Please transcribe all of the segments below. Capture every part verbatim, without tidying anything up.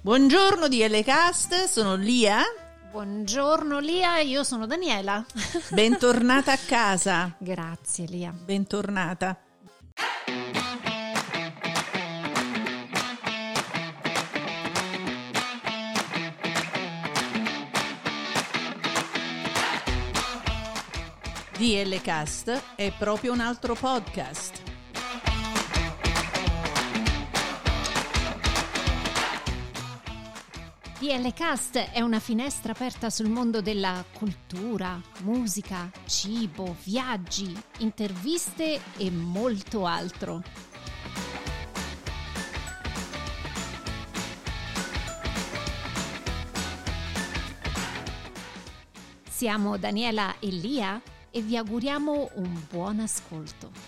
Buongiorno D L Cast, sono Lia. Buongiorno Lia, io sono Daniela. Bentornata a casa. Grazie Lia. Bentornata. D L Cast è proprio un altro podcast. D L Cast è una finestra aperta sul mondo della cultura, musica, cibo, viaggi, interviste e molto altro. Siamo Daniela e Lia e vi auguriamo un buon ascolto.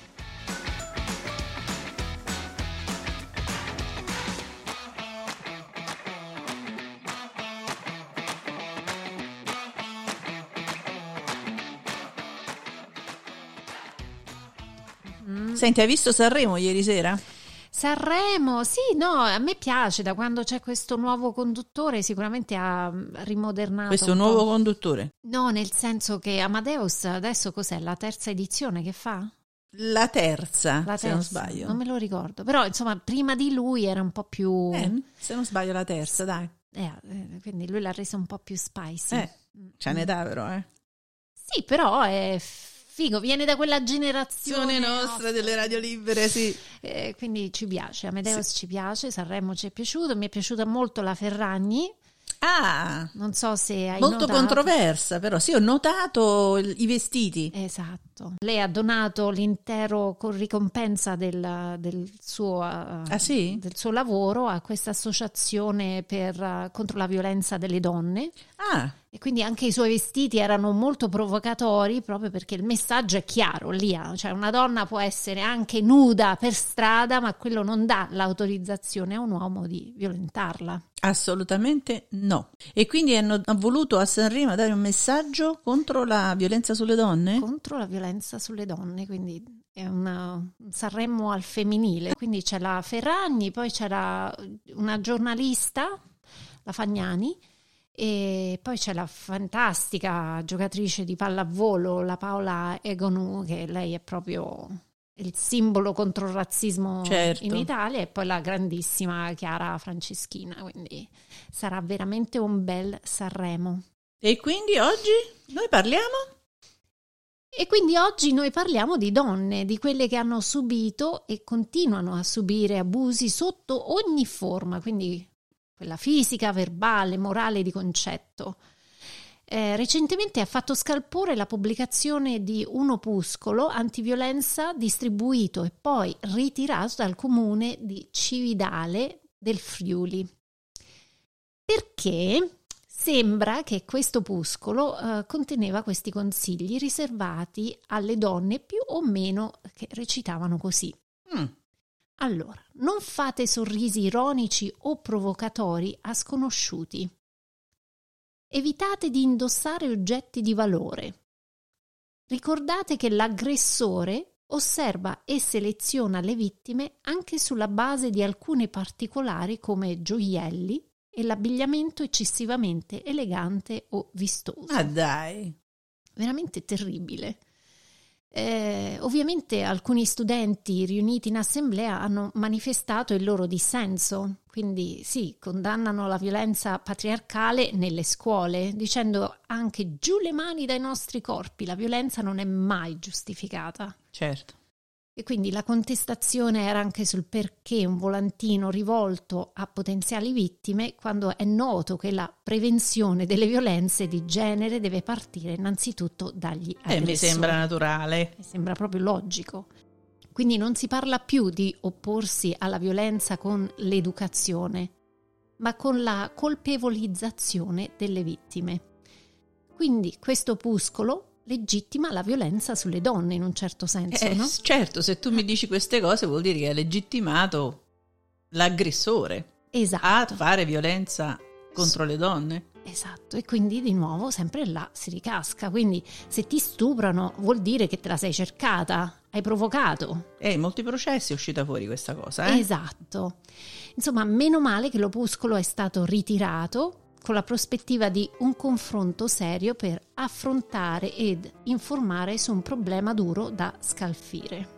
Senti, hai visto Sanremo ieri sera? Sanremo, sì, no, a me piace, da quando c'è questo nuovo conduttore sicuramente ha rimodernato Questo un nuovo po'. conduttore? No, nel senso che Amadeus adesso cos'è, la terza edizione che fa? La terza, La se terza, non sbaglio. Non me lo ricordo, però insomma prima di lui era un po' più... Eh, se non sbaglio la terza, dai. Eh, quindi lui l'ha resa un po' più spicy. Eh, c'è un'età però, eh. Sì, però è... figo, viene da quella generazione nostra, nostra delle radio libere, sì. Eh, quindi ci piace, Amadeus Sì. ci piace, Sanremo ci è piaciuto, mi è piaciuta molto la Ferragni. Ah, Non so se hai molto notato. controversa, però sì, ho notato il- i vestiti. Esatto. Lei ha donato l'intero con ricompensa del, del suo uh, Ah, sì? del suo lavoro a questa associazione per, uh, contro la violenza delle donne. Ah, E quindi anche i suoi vestiti erano molto provocatori, proprio perché il messaggio è chiaro lì, cioè una donna può essere anche nuda per strada, ma quello non dà l'autorizzazione a un uomo di violentarla. assolutamente no. E quindi hanno ha voluto a Sanremo dare un messaggio contro la violenza sulle donne? Contro la violenza sulle donne, quindi è una, un Sanremo al femminile. Quindi c'è la Ferragni, poi c'era una giornalista, la Fagnani, e poi c'è la fantastica giocatrice di pallavolo, la Paola Egonu, che lei è proprio il simbolo contro il razzismo Certo. in Italia, e poi la grandissima Chiara Franceschina, quindi sarà veramente un bel Sanremo. E quindi oggi noi parliamo? E quindi oggi noi parliamo di donne, di quelle che hanno subito e continuano a subire abusi sotto ogni forma, quindi quella fisica, verbale, morale, di concetto. Eh, recentemente ha fatto scalpore la pubblicazione di un opuscolo antiviolenza distribuito e poi ritirato dal comune di Cividale del Friuli. Perché sembra che questo opuscolo eh, conteneva questi consigli riservati alle donne più o meno che recitavano così. Mm. Allora, non fate sorrisi ironici o provocatori a sconosciuti. Evitate di indossare oggetti di valore. Ricordate che l'aggressore osserva e seleziona le vittime anche sulla base di alcune particolari come gioielli e l'abbigliamento eccessivamente elegante o vistoso. Ah, dai. Veramente terribile. Eh, ovviamente alcuni studenti riuniti in assemblea hanno manifestato il loro dissenso, quindi sì, condannano la violenza patriarcale nelle scuole, dicendo anche giù le mani dai nostri corpi, la violenza non è mai giustificata. Certo. E quindi la contestazione era anche sul perché un volantino rivolto a potenziali vittime, quando è noto che la prevenzione delle violenze di genere deve partire innanzitutto dagli aggressori. Eh, mi sembra naturale. Mi sembra proprio logico. Quindi non si parla più di opporsi alla violenza con l'educazione, ma con la colpevolizzazione delle vittime. Quindi questo opuscolo legittima la violenza sulle donne in un certo senso, Eh, no? certo, se tu mi dici queste cose vuol dire che hai legittimato l'aggressore Esatto. a fare violenza contro le donne. Esatto, e quindi di nuovo sempre là si ricasca, quindi se ti stuprano vuol dire che te la sei cercata, hai provocato. E in molti processi è uscita fuori questa cosa, eh? Esatto. Insomma, meno male che l'opuscolo è stato ritirato con la prospettiva di un confronto serio per affrontare ed informare su un problema duro da scalfire.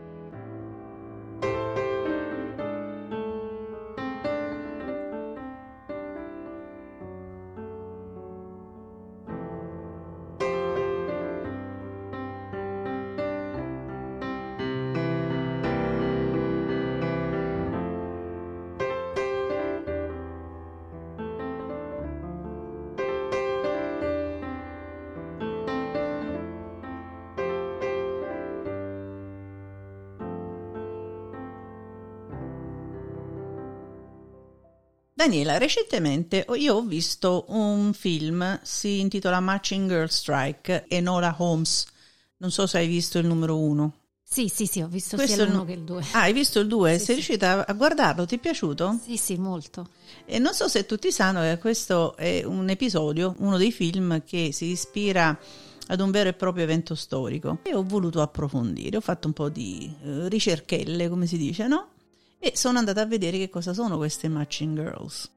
Daniela, recentemente io ho visto un film, si intitola Matching Girl Strike, Enola Holmes. Non so se hai visto il numero uno. Sì, sì, sì, ho visto Questo sia è il l'uno nu- che il due. Ah, hai visto il due? Sì, Sei sì. riuscita a guardarlo? Ti è piaciuto? Sì, sì, molto. E non so se tutti sanno che questo è un episodio, uno dei film che si ispira ad un vero e proprio evento storico. E ho voluto approfondire, ho fatto un po' di eh, ricerchelle, come si dice, no? E sono andata a vedere che cosa sono queste Matching Girls.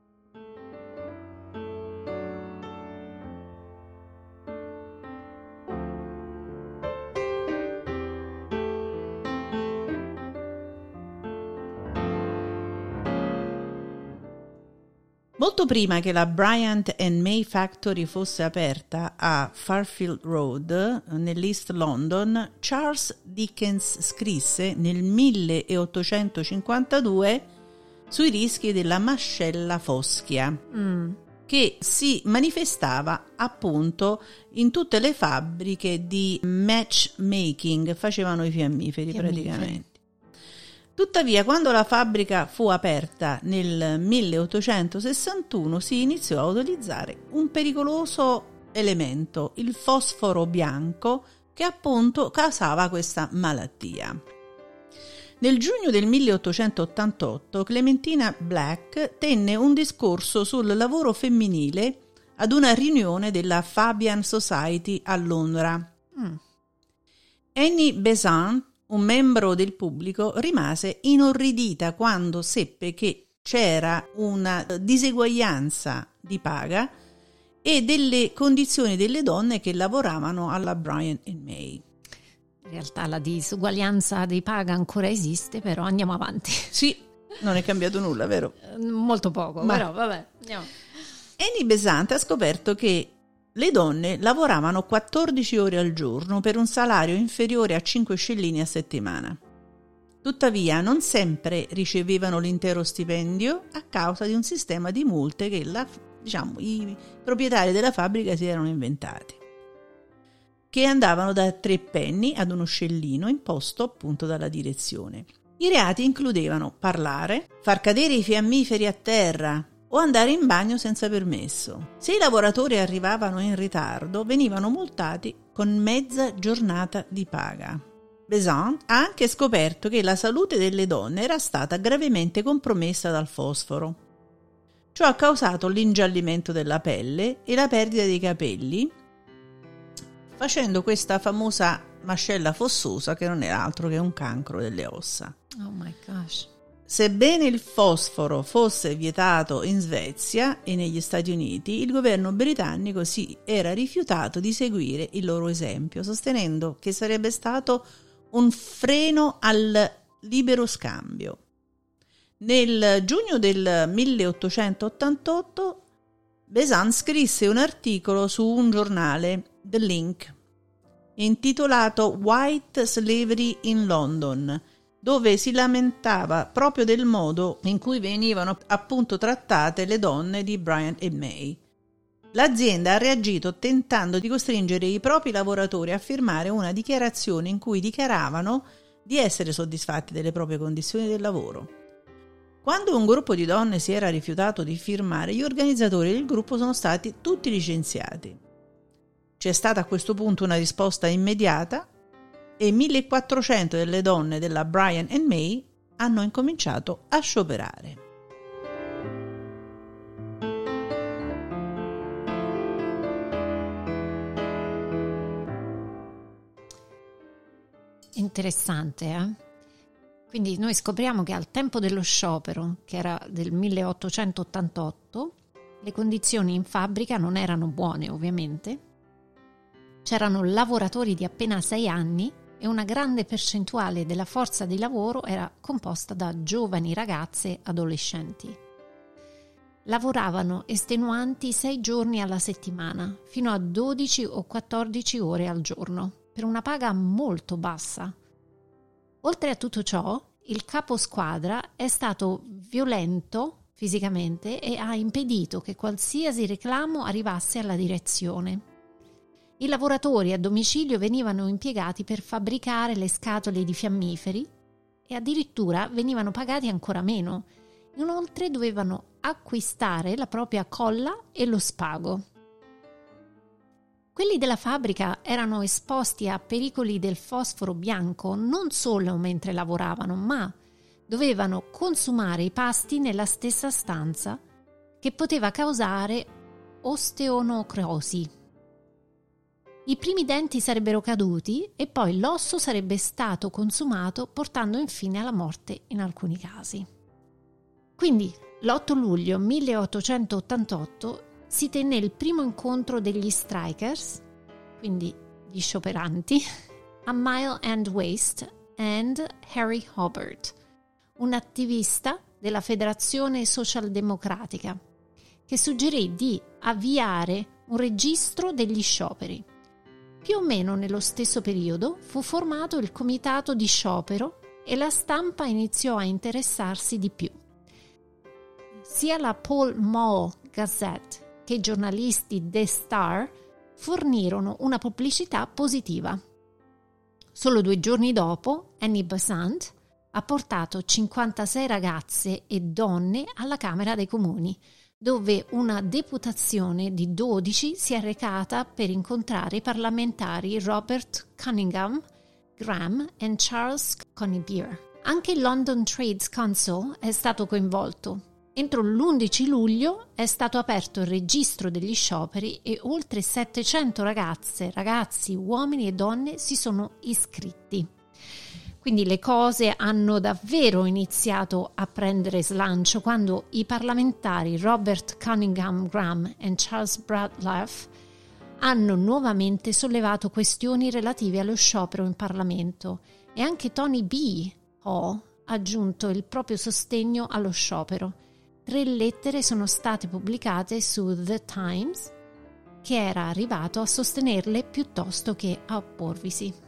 Molto prima che la Bryant and May Factory fosse aperta a Fairfield Road, nell'East London, Charles Dickens scrisse nel milleottocentocinquantadue sui rischi della mascella foschia, Mm. che si manifestava appunto in tutte le fabbriche di matchmaking, facevano i fiammiferi, Fiammiferi. praticamente. Tuttavia, quando la fabbrica fu aperta nel milleottocentosessantuno, si iniziò a utilizzare un pericoloso elemento, il fosforo bianco, che appunto causava questa malattia. Nel giugno del milleottocentottantotto, Clementina Black tenne un discorso sul lavoro femminile ad una riunione della Fabian Society a Londra. Mm. Annie Besant, un membro del pubblico, rimase inorridita quando seppe che c'era una diseguaglianza di paga e delle condizioni delle donne che lavoravano alla Bryant and May. In realtà la disuguaglianza di paga ancora esiste, però andiamo avanti. Sì, non è cambiato nulla, vero? Eh, Molto poco, Ma- però vabbè, andiamo. Annie Besant ha scoperto che le donne lavoravano quattordici ore al giorno per un salario inferiore a cinque scellini a settimana. Tuttavia non sempre ricevevano l'intero stipendio a causa di un sistema di multe che la, diciamo, i proprietari della fabbrica si erano inventati, che andavano da tre penny ad uno scellino imposto appunto dalla direzione. I reati includevano parlare, far cadere i fiammiferi a terra o andare in bagno senza permesso. Se i lavoratori arrivavano in ritardo, venivano multati con mezza giornata di paga. Besant ha anche scoperto che la salute delle donne era stata gravemente compromessa dal fosforo. Ciò ha causato l'ingiallimento della pelle e la perdita dei capelli, facendo questa famosa mascella fossosa che non è altro che un cancro delle ossa. Oh my gosh. Sebbene il fosforo fosse vietato in Svezia e negli Stati Uniti, il governo britannico si era rifiutato di seguire il loro esempio, sostenendo che sarebbe stato un freno al libero scambio. Nel giugno del milleottocentottantotto Besant scrisse un articolo su un giornale, The Link, intitolato White Slavery in London, dove si lamentava proprio del modo in cui venivano appunto trattate le donne di Bryant and May. L'azienda ha reagito tentando di costringere i propri lavoratori a firmare una dichiarazione in cui dichiaravano di essere soddisfatti delle proprie condizioni del lavoro. Quando un gruppo di donne si era rifiutato di firmare, gli organizzatori del gruppo sono stati tutti licenziati. C'è stata a questo punto una risposta immediata e millequattrocento delle donne della Bryant and May hanno incominciato a scioperare. interessante, eh? Quindi noi scopriamo che al tempo dello sciopero, che era del milleottocentottantotto, le condizioni in fabbrica non erano buone, ovviamente. C'erano lavoratori di appena sei anni e una grande percentuale della forza di lavoro era composta da giovani ragazze adolescenti. Lavoravano estenuanti sei giorni alla settimana, fino a dodici o quattordici ore al giorno, per una paga molto bassa. Oltre a tutto ciò, il capo squadra è stato violento fisicamente e ha impedito che qualsiasi reclamo arrivasse alla direzione. I lavoratori a domicilio venivano impiegati per fabbricare le scatole di fiammiferi e addirittura venivano pagati ancora meno. Inoltre dovevano acquistare la propria colla e lo spago. Quelli della fabbrica erano esposti a pericoli del fosforo bianco non solo mentre lavoravano, ma dovevano consumare i pasti nella stessa stanza, che poteva causare osteonocrosi. I primi denti sarebbero caduti e poi l'osso sarebbe stato consumato, portando infine alla morte in alcuni casi. Quindi, l'otto luglio milleottocentottantotto si tenne il primo incontro degli strikers, quindi gli scioperanti, a Mile End Waste and Harry Hubbard, un attivista della Federazione Socialdemocratica, che suggerì di avviare un registro degli scioperi. Più o meno nello stesso periodo fu formato il comitato di sciopero e la stampa iniziò a interessarsi di più. Sia la Pall Mall Gazette che i giornalisti The Star fornirono una pubblicità positiva. Solo due giorni dopo, Annie Besant ha portato cinquantasei ragazze e donne alla Camera dei Comuni, dove una deputazione di dodici si è recata per incontrare i parlamentari Robert Cunningham, Graham e Charles Conybeare. Anche il London Trades Council è stato coinvolto. Entro l'undici luglio è stato aperto il registro degli scioperi e oltre settecento ragazze, ragazzi, uomini e donne si sono iscritti. Quindi le cose hanno davvero iniziato a prendere slancio quando i parlamentari Robert Cunningham Graham e Charles Bradlaugh hanno nuovamente sollevato questioni relative allo sciopero in Parlamento e anche Tony B. Hall ha aggiunto il proprio sostegno allo sciopero. Tre lettere sono state pubblicate su The Times, che era arrivato a sostenerle piuttosto che a opporvisi.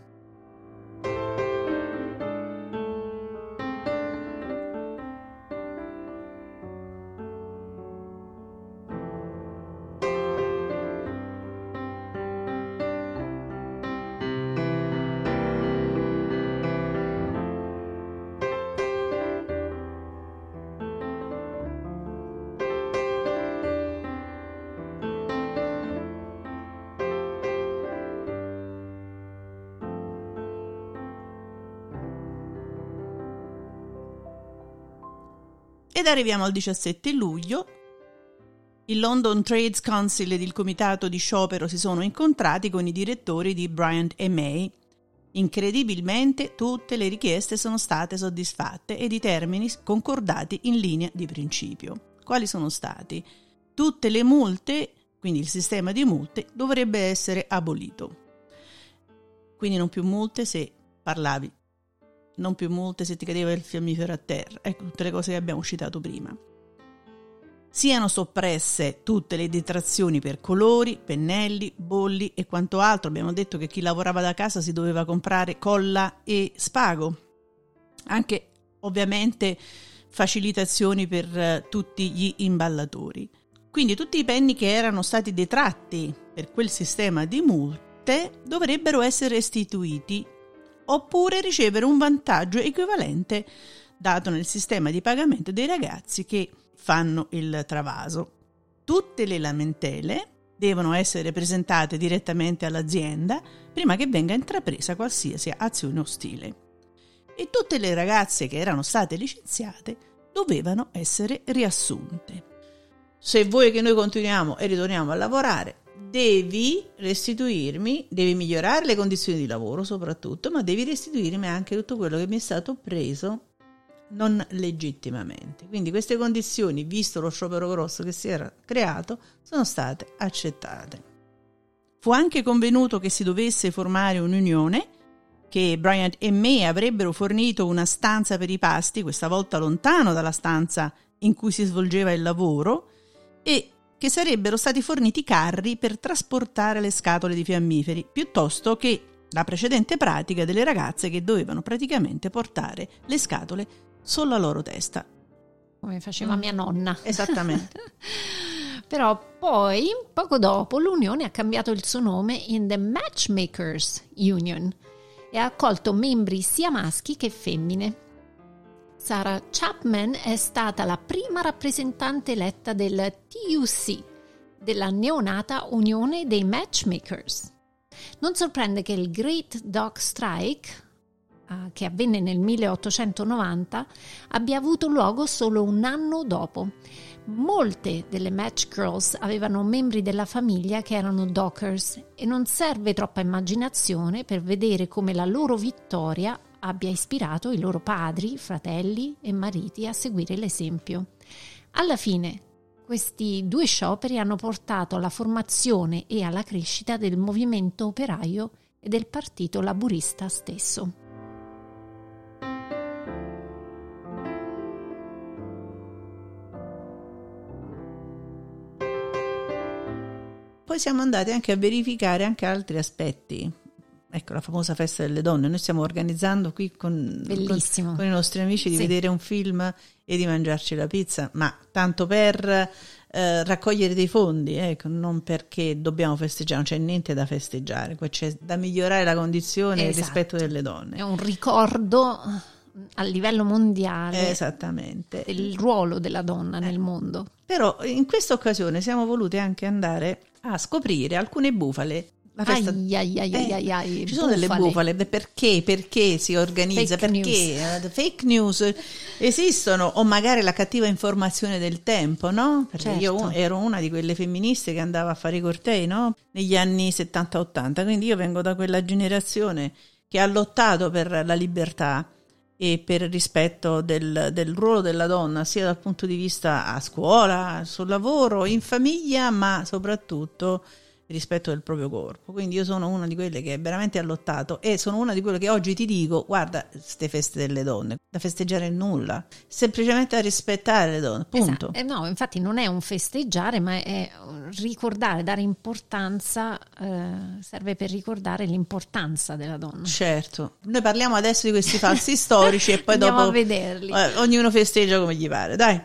Ed arriviamo al diciassette luglio. Il London Trades Council ed il comitato di sciopero si sono incontrati con i direttori di Bryant e May. Incredibilmente tutte le richieste sono state soddisfatte ed i termini concordati in linea di principio. Quali sono stati? Tutte le multe, quindi il sistema di multe, dovrebbe essere abolito. Quindi non più multe se parlavi, non più multe se ti cadeva il fiammifero a terra, ecco tutte le cose che abbiamo citato prima. Siano soppresse tutte le detrazioni per colori, pennelli, bolli e quanto altro. Abbiamo detto che chi lavorava da casa si doveva comprare colla e spago. Anche ovviamente facilitazioni per uh, tutti gli imballatori. Quindi tutti i penny che erano stati detratti per quel sistema di multe dovrebbero essere restituiti oppure ricevere un vantaggio equivalente dato nel sistema di pagamento dei ragazzi che fanno il travaso. Tutte le lamentele devono essere presentate direttamente all'azienda prima che venga intrapresa qualsiasi azione ostile. E tutte le ragazze che erano state licenziate dovevano essere riassunte. Se vuoi che noi continuiamo e ritorniamo a lavorare, devi restituirmi, devi migliorare le condizioni di lavoro soprattutto, ma devi restituirmi anche tutto quello che mi è stato preso non legittimamente. Quindi queste condizioni, visto lo sciopero grosso che si era creato, sono state accettate. Fu anche convenuto che si dovesse formare un'unione, che Bryant e May avrebbero fornito una stanza per i pasti, questa volta lontano dalla stanza in cui si svolgeva il lavoro, e che sarebbero stati forniti carri per trasportare le scatole di fiammiferi, piuttosto che la precedente pratica delle ragazze che dovevano praticamente portare le scatole sulla loro testa. Come faceva mm. mia nonna. Esattamente. Però poi, poco dopo, l'unione ha cambiato il suo nome in The Matchmakers Union e ha accolto membri sia maschi che femmine. Sarah Chapman è stata la prima rappresentante eletta del T U C, della neonata Unione dei Matchmakers. Non sorprende che il Great Dog Strike, uh, che avvenne nel milleottocentonovanta, abbia avuto luogo solo un anno dopo. Molte delle Match Girls avevano membri della famiglia che erano dockers e non serve troppa immaginazione per vedere come la loro vittoria abbia ispirato i loro padri, fratelli e mariti a seguire l'esempio. Alla fine, questi due scioperi hanno portato alla formazione e alla crescita del movimento operaio e del partito laburista stesso. Poi siamo andati anche a verificare anche altri aspetti. Ecco, la famosa festa delle donne. Noi stiamo organizzando qui con, con, con i nostri amici di sì. vedere un film e di mangiarci la pizza, ma tanto per eh, raccogliere dei fondi, ecco, non perché dobbiamo festeggiare, non c'è niente da festeggiare, qua c'è da migliorare la condizione e esatto. il rispetto delle donne. È un ricordo a livello mondiale esattamente del ruolo della donna eh. nel mondo. Però in questa occasione siamo voluti anche andare a scoprire alcune bufale. La festa... ai, ai, ai, eh, ai, ai, ci sono bufale. delle bufale, perché perché si organizza, fake perché news. Uh, fake news esistono, o magari la cattiva informazione del tempo, no? Perché certo. io ero una di quelle femministe che andava a fare i cortei, no? Negli anni settanta ottanta, quindi io vengo da quella generazione che ha lottato per la libertà e per il rispetto del, del ruolo della donna, sia dal punto di vista a scuola, sul lavoro, in famiglia, ma soprattutto il rispetto del proprio corpo. Quindi io sono una di quelle che veramente ha lottato e sono una di quelle che oggi ti dico: guarda, ste feste delle donne, da festeggiare nulla, semplicemente a rispettare le donne, punto. Esatto. Eh no, infatti non è un festeggiare, ma è ricordare, dare importanza, eh, serve per ricordare l'importanza della donna. Certo, noi parliamo adesso di questi falsi storici e poi andiamo dopo a vederli. Eh, ognuno festeggia come gli pare, dai.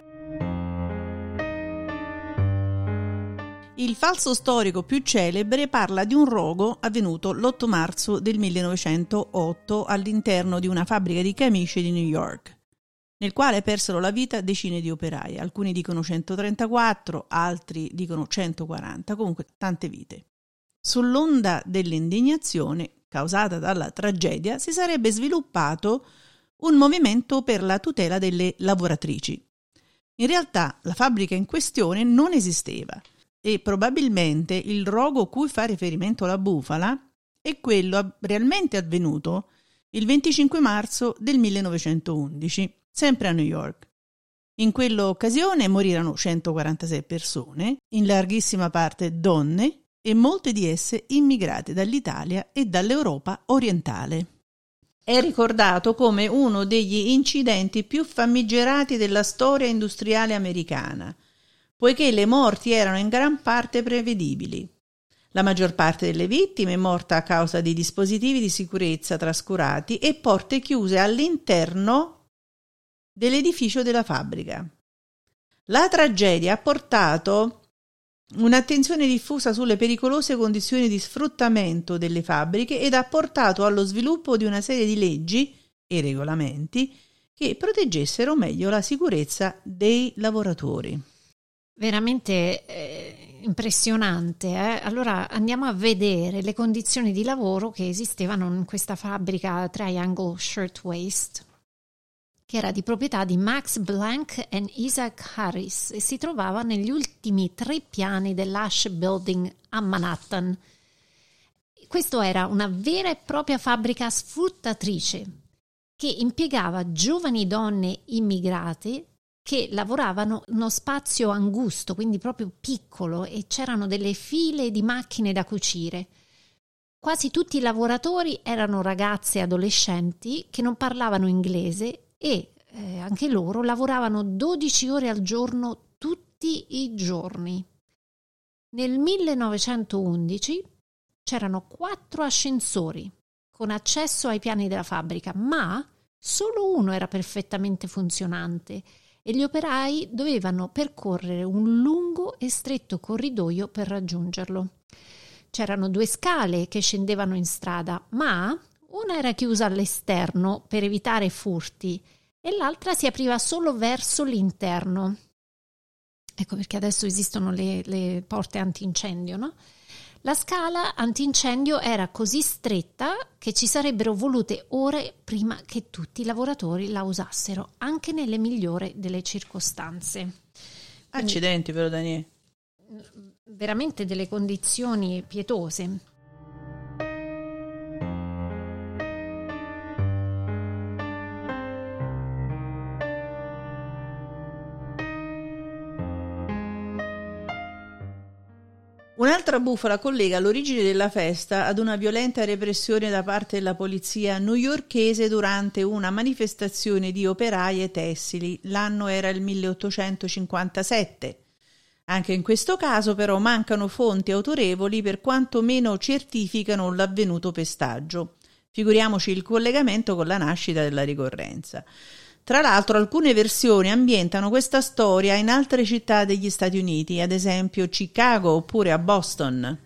Il falso storico più celebre parla di un rogo avvenuto l'otto marzo del millenovecentootto all'interno di una fabbrica di camicie di New York, nel quale persero la vita decine di operai. Alcuni dicono centotrentaquattro, altri dicono centoquaranta, comunque tante vite. Sull'onda dell'indignazione causata dalla tragedia si sarebbe sviluppato un movimento per la tutela delle lavoratrici. In realtà la fabbrica in questione non esisteva e probabilmente il rogo cui fa riferimento la bufala è quello realmente avvenuto il venticinque marzo del millenovecentoundici, sempre a New York. In quell'occasione morirono centoquarantasei persone, in larghissima parte donne, e molte di esse immigrate dall'Italia e dall'Europa orientale. È ricordato come uno degli incidenti più famigerati della storia industriale americana, poiché le morti erano in gran parte prevedibili. La maggior parte delle vittime è morta a causa di dispositivi di sicurezza trascurati e porte chiuse all'interno dell'edificio della fabbrica. La tragedia ha portato un'attenzione diffusa sulle pericolose condizioni di sfruttamento delle fabbriche ed ha portato allo sviluppo di una serie di leggi e regolamenti che proteggessero meglio la sicurezza dei lavoratori. Veramente eh, impressionante. Eh? Allora andiamo a vedere le condizioni di lavoro che esistevano in questa fabbrica Triangle Shirtwaist. che era di proprietà di Max Planck e Isaac Harris e si trovava negli ultimi tre piani dell'Ash Building a Manhattan. Questo era una vera e propria fabbrica sfruttatrice che impiegava giovani donne immigrate che lavoravano in uno spazio angusto, quindi proprio piccolo, e c'erano delle file di macchine da cucire. Quasi tutti i lavoratori erano ragazze e adolescenti che non parlavano inglese e eh, anche loro lavoravano dodici ore al giorno tutti i giorni. Nel millenovecentoundici c'erano quattro ascensori con accesso ai piani della fabbrica, ma solo uno era perfettamente funzionante e gli operai dovevano percorrere un lungo e stretto corridoio per raggiungerlo. C'erano due scale che scendevano in strada, ma una era chiusa all'esterno per evitare furti e l'altra si apriva solo verso l'interno. Ecco perché adesso esistono le, le porte antincendio, no? La scala antincendio era così stretta che ci sarebbero volute ore prima che tutti i lavoratori la usassero, anche nelle migliori delle circostanze. Accidenti però, Daniele. Veramente delle condizioni pietose. Un'altra bufala collega l'origine della festa ad una violenta repressione da parte della polizia newyorkese durante una manifestazione di operaie tessili. L'anno era il milleottocentocinquantasette. Anche in questo caso però mancano fonti autorevoli per quanto meno certificano l'avvenuto pestaggio. Figuriamoci il collegamento con la nascita della ricorrenza. Tra l'altro alcune versioni ambientano questa storia in altre città degli Stati Uniti, ad esempio Chicago oppure a Boston.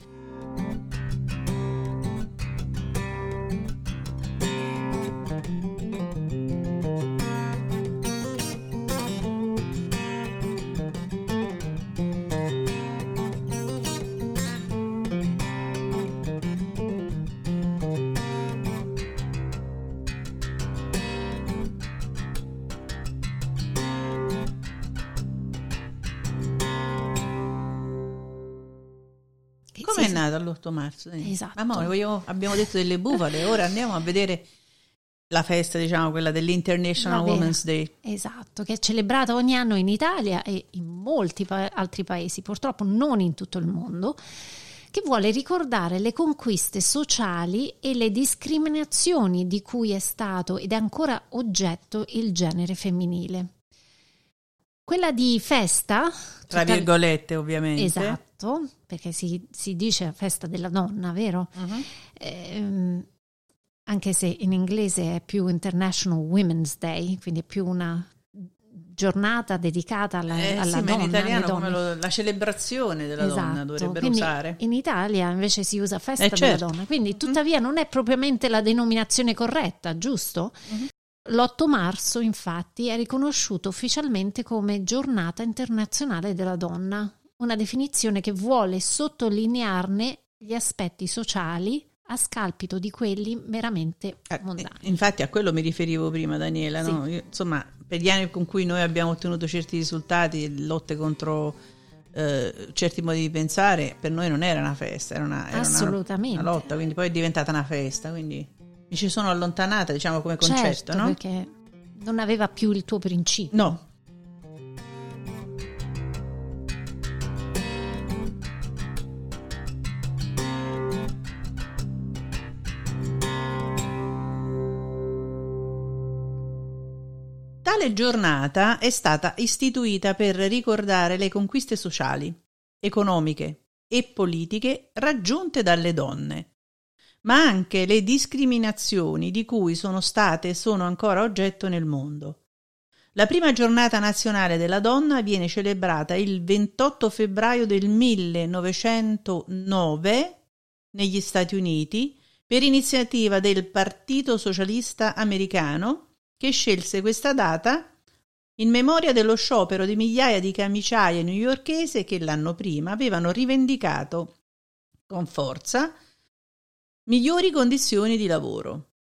Come è nata l'otto marzo? Esatto. Ma vogliamo, abbiamo detto delle bufale, ora andiamo a vedere la festa, diciamo, quella dell'International Women's Day. Esatto, che è celebrata ogni anno in Italia e in molti pa- altri paesi, purtroppo non in tutto il mondo, che vuole ricordare le conquiste sociali e le discriminazioni di cui è stato ed è ancora oggetto il genere femminile. Quella di festa, tra virgolette ovviamente. Esatto, perché si, si dice festa della donna, vero? Uh-huh. Eh, anche se in inglese è più International Women's Day, quindi è più una giornata dedicata alla, eh, alla sì, donna. Ma in italiano come lo, la celebrazione della esatto. donna dovrebbero quindi usare. In Italia invece si usa festa eh, della certo. donna, quindi tuttavia non è propriamente la denominazione corretta, giusto? Uh-huh. L'otto marzo, infatti, è riconosciuto ufficialmente come Giornata Internazionale della Donna, una definizione che vuole sottolinearne gli aspetti sociali a scalpito di quelli meramente mondani. Infatti a quello mi riferivo prima, Daniela, sì. No? Io, insomma, per gli anni con cui noi abbiamo ottenuto certi risultati, lotte contro eh, certi modi di pensare, per noi non era una festa, era una, era Assolutamente. Una, una lotta, quindi poi è diventata una festa, quindi mi ci sono allontanata, diciamo, come concetto, certo, no? Perché non aveva più il tuo principio. No. Tale giornata è stata istituita per ricordare le conquiste sociali, economiche e politiche raggiunte dalle donne, ma anche le discriminazioni di cui sono state e sono ancora oggetto nel mondo. La prima giornata nazionale della donna viene celebrata il ventotto febbraio del millenovecentonove negli Stati Uniti per iniziativa del Partito Socialista Americano, che scelse questa data in memoria dello sciopero di migliaia di camiciaie newyorkesi che l'anno prima avevano rivendicato con forza migliori condizioni di lavoro.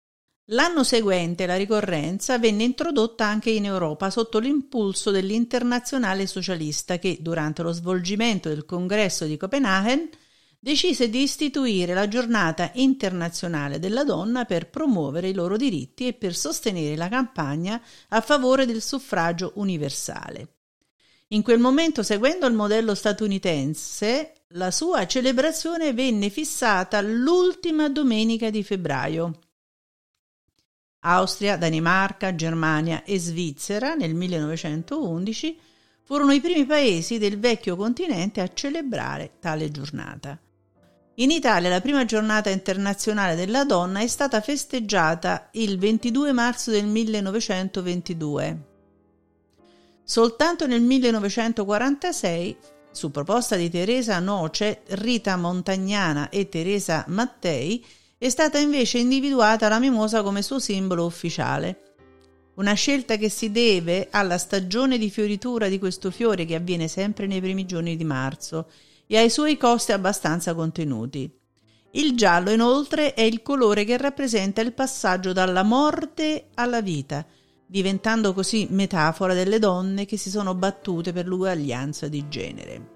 L'anno seguente la ricorrenza venne introdotta anche in Europa sotto l'impulso dell'Internazionale Socialista che, durante lo svolgimento del Congresso di Copenaghen, decise di istituire la Giornata internazionale della donna per promuovere i loro diritti e per sostenere la campagna a favore del suffragio universale. In quel momento, seguendo il modello statunitense, la sua celebrazione venne fissata l'ultima domenica di febbraio. Austria, Danimarca, Germania e Svizzera nel millenovecentoundici furono i primi paesi del vecchio continente a celebrare tale giornata. In Italia la prima giornata internazionale della donna è stata festeggiata il ventidue marzo del millenovecentoventidue. Soltanto nel millenovecentoquarantasei, su proposta di Teresa Noce, Rita Montagnana e Teresa Mattei, è stata invece individuata la mimosa come suo simbolo ufficiale. Una scelta che si deve alla stagione di fioritura di questo fiore che avviene sempre nei primi giorni di marzo e ai suoi costi abbastanza contenuti. Il giallo, inoltre, è il colore che rappresenta il passaggio dalla morte alla vita, diventando così metafora delle donne che si sono battute per l'uguaglianza di genere.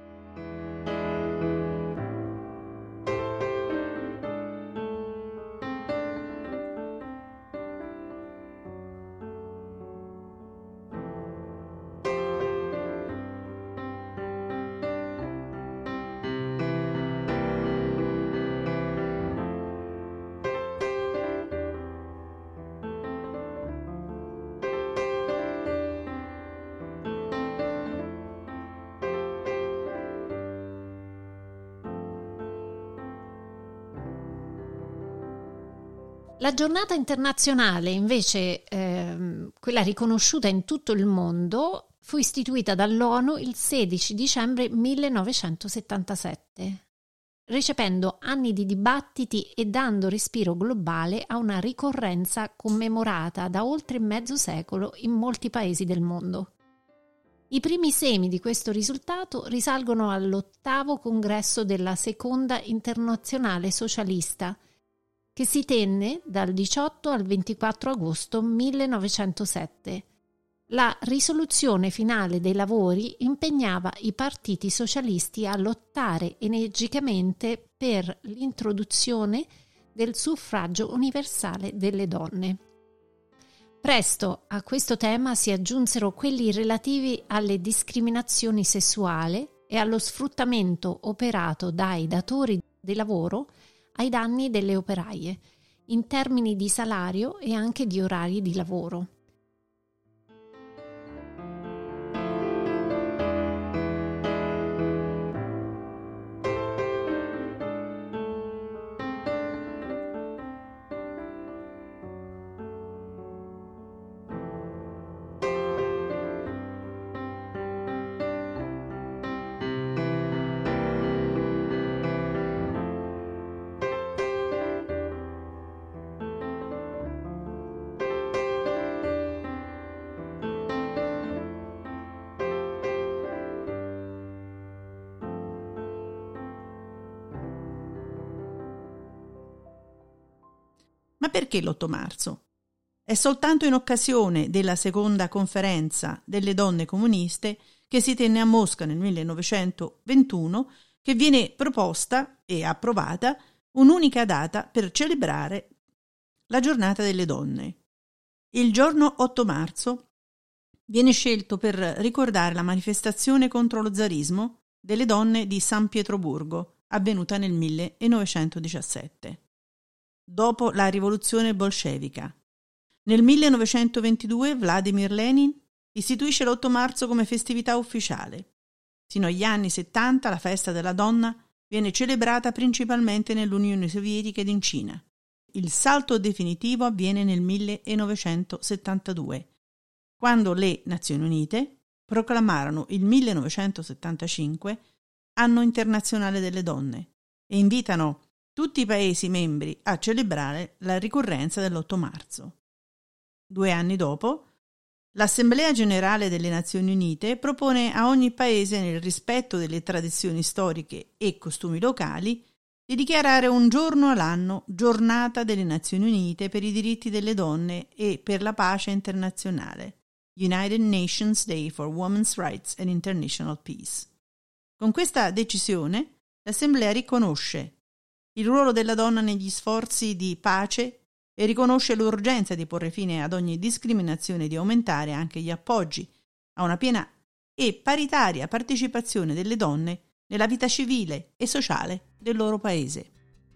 La giornata internazionale, invece, ehm, quella riconosciuta in tutto il mondo, fu istituita dall'ONU il sedici dicembre millenovecentosettantasette, recependo anni di dibattiti e dando respiro globale a una ricorrenza commemorata da oltre mezzo secolo in molti paesi del mondo. I primi semi di questo risultato risalgono all'ottavo congresso della Seconda Internazionale Socialista, che si tenne dal diciotto al ventiquattro agosto millenovecentosette. La risoluzione finale dei lavori impegnava i partiti socialisti a lottare energicamente per l'introduzione del suffragio universale delle donne. Presto a questo tema si aggiunsero quelli relativi alle discriminazioni sessuali e allo sfruttamento operato dai datori di lavoro ai danni delle operaie, in termini di salario e anche di orari di lavoro. Ma perché l'otto marzo? È soltanto in occasione della seconda conferenza delle donne comuniste che si tenne a Mosca nel millenovecentoventuno che viene proposta e approvata un'unica data per celebrare la giornata delle donne. Il giorno otto marzo viene scelto per ricordare la manifestazione contro lo zarismo delle donne di San Pietroburgo, avvenuta nel millenovecentodiciassette. Dopo la rivoluzione bolscevica. Nel millenovecentoventidue Vladimir Lenin istituisce l'otto marzo come festività ufficiale. Sino agli anni settanta la festa della donna viene celebrata principalmente nell'Unione Sovietica ed in Cina. Il salto definitivo avviene nel millenovecentosettantadue, quando le Nazioni Unite proclamarono il millenovecentosettantacinque Anno internazionale delle donne e invitano tutti i Paesi membri a celebrare la ricorrenza dell'otto marzo. Due anni dopo, l'Assemblea Generale delle Nazioni Unite propone a ogni Paese, nel rispetto delle tradizioni storiche e costumi locali, di dichiarare un giorno all'anno giornata delle Nazioni Unite per i diritti delle donne e per la pace internazionale, United Nations Day for Women's Rights and International Peace. Con questa decisione l'Assemblea riconosce il ruolo della donna negli sforzi di pace e riconosce l'urgenza di porre fine ad ogni discriminazione e di aumentare anche gli appoggi a una piena e paritaria partecipazione delle donne nella vita civile e sociale del loro paese.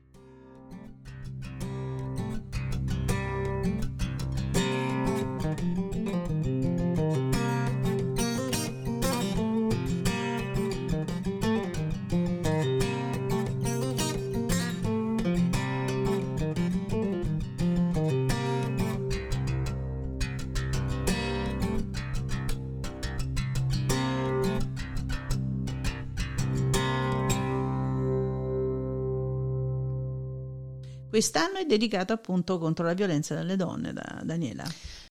Quest'anno è dedicato appunto contro la violenza delle donne, da Daniela.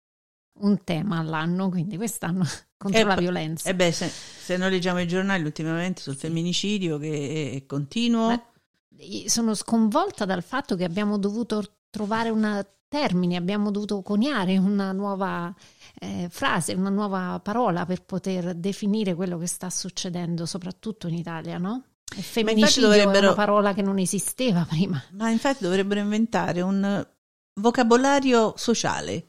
Un tema all'anno, quindi quest'anno contro e la p- violenza. E beh, se, se noi leggiamo i giornali ultimamente sul femminicidio che è, è continuo. Beh, sono sconvolta dal fatto che abbiamo dovuto trovare un termine, abbiamo dovuto coniare una nuova eh, frase, una nuova parola per poter definire quello che sta succedendo, soprattutto in Italia, no? Il femminicidio dovrebbero... è una parola che non esisteva prima. Ma infatti dovrebbero inventare un vocabolario sociale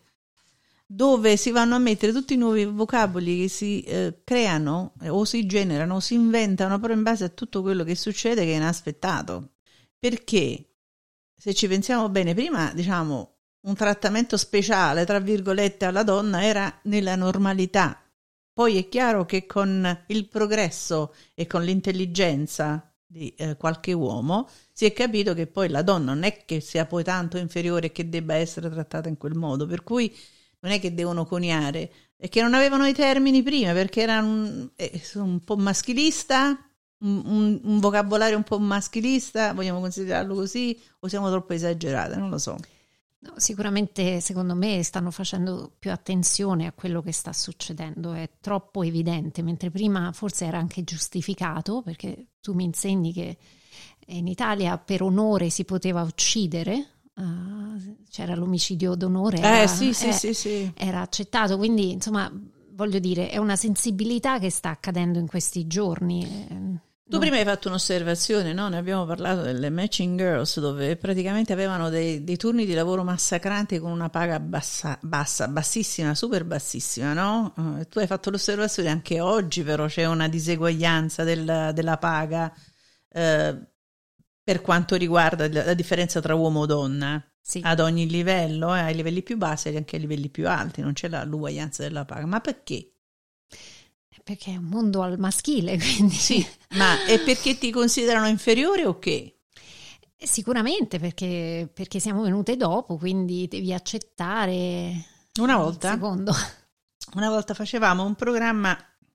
dove si vanno a mettere tutti i nuovi vocaboli che si eh, creano eh, o si generano o si inventano però in base a tutto quello che succede che è inaspettato. Perché se ci pensiamo bene, prima diciamo un trattamento speciale tra virgolette alla donna era nella normalità. Poi è chiaro che con il progresso e con l'intelligenza di eh, qualche uomo si è capito che poi la donna non è che sia poi tanto inferiore e che debba essere trattata in quel modo, per cui non è che devono coniare, è che non avevano i termini prima perché era un, eh, un po' maschilista, un, un, un vocabolario un po' maschilista, vogliamo considerarlo così o siamo troppo esagerate, non lo so. No, sicuramente secondo me stanno facendo più attenzione a quello che sta succedendo, è troppo evidente, mentre prima forse era anche giustificato, perché tu mi insegni che in Italia per onore si poteva uccidere, uh, c'era l'omicidio d'onore, era, eh, sì, sì, è, sì, sì. era accettato, quindi insomma voglio dire è una sensibilità che sta accadendo in questi giorni. Tu No. prima hai fatto un'osservazione, no? Ne abbiamo parlato delle Matching Girls, dove praticamente avevano dei, dei turni di lavoro massacranti con una paga bassa, bassa, bassissima, super bassissima, no? Uh, tu hai fatto l'osservazione anche oggi, però c'è una diseguaglianza del, della paga eh, per quanto riguarda la, la differenza tra uomo e donna, sì. Ad ogni livello, eh, ai livelli più bassi e anche ai livelli più alti, non c'è la, l'uguaglianza della paga. Ma perché? Perché è un mondo al maschile, quindi... Sì, ma è perché ti considerano inferiore o che? Sicuramente perché, perché siamo venute dopo, quindi devi accettare. Una volta, secondo. una volta facevamo un programma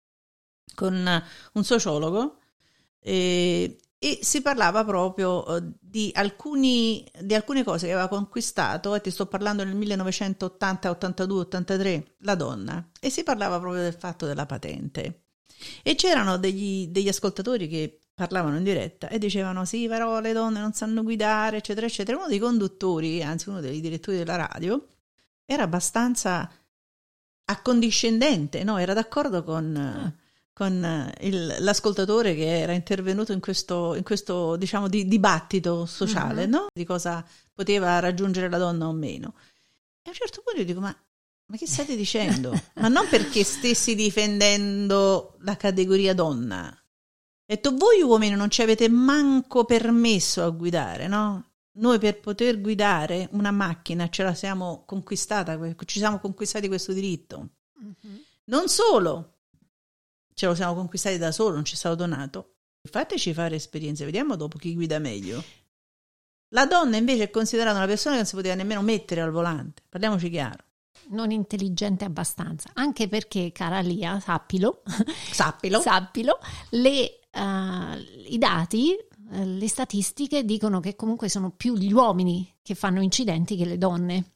con un sociologo e, e si parlava proprio di, alcuni, di alcune cose che aveva conquistato, e ti sto parlando nel millenovecentottanta, ottantadue, ottantatré, la donna, e si parlava proprio del fatto della patente. E c'erano degli, degli ascoltatori che parlavano in diretta e dicevano sì, però le donne non sanno guidare, eccetera, eccetera. Uno dei conduttori, anzi uno dei direttori della radio, era abbastanza accondiscendente, no? Era d'accordo con... Ah. con il, l'ascoltatore che era intervenuto in questo, in questo diciamo, di, dibattito sociale, uh-huh. no? Di cosa poteva raggiungere la donna o meno. E a un certo punto io dico, ma, ma che state dicendo? Ma non perché stessi difendendo la categoria donna. Ho detto, voi uomini non ci avete manco permesso a guidare, no? Noi per poter guidare una macchina ce la siamo conquistata, ci siamo conquistati questo diritto. Uh-huh. Non solo, ce lo siamo conquistati da solo, non ci è stato donato. Fateci fare esperienze, vediamo dopo chi guida meglio. La donna invece è considerata una persona che non si poteva nemmeno mettere al volante, parliamoci chiaro. Non intelligente abbastanza, anche perché, cara Lia, sappilo, sappilo, sappilo le, uh, i dati, uh, le statistiche dicono che comunque sono più gli uomini che fanno incidenti che le donne.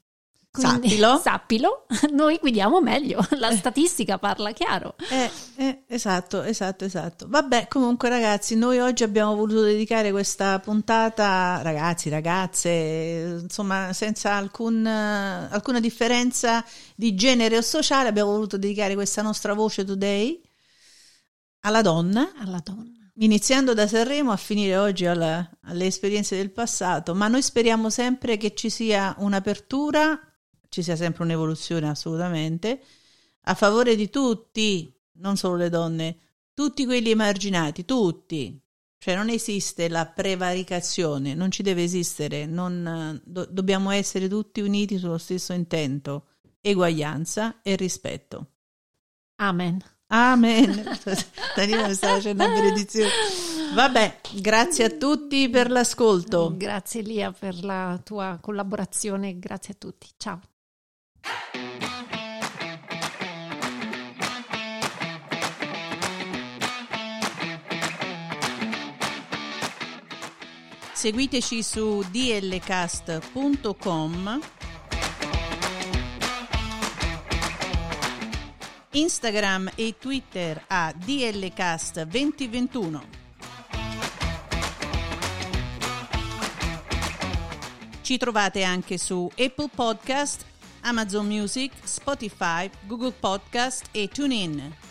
Quindi, sappilo. sappilo, noi guidiamo meglio, la statistica parla chiaro. Eh, eh, esatto, esatto, esatto. Vabbè, comunque ragazzi, noi oggi abbiamo voluto dedicare questa puntata, ragazzi, ragazze, insomma, senza alcun, alcuna differenza di genere o sociale, abbiamo voluto dedicare questa nostra voce today alla donna. Alla donna. Iniziando da Sanremo a finire oggi alla, alle esperienze del passato, ma noi speriamo sempre che ci sia un'apertura, ci sia sempre un'evoluzione assolutamente, a favore di tutti, non solo le donne, tutti quelli emarginati, tutti. Cioè non esiste la prevaricazione, non ci deve esistere, non, do, dobbiamo essere tutti uniti sullo stesso intento, eguaglianza e rispetto. Amen. Amen. Danilo mi sta facendo una benedizione. Vabbè, grazie a tutti per l'ascolto. Grazie Lia per la tua collaborazione, grazie a tutti. Ciao. Seguiteci su d l cast punto com, Instagram e Twitter a D L Cast duemilaventuno. Ci trovate anche su Apple Podcast, Amazon Music, Spotify, Google Podcast e TuneIn.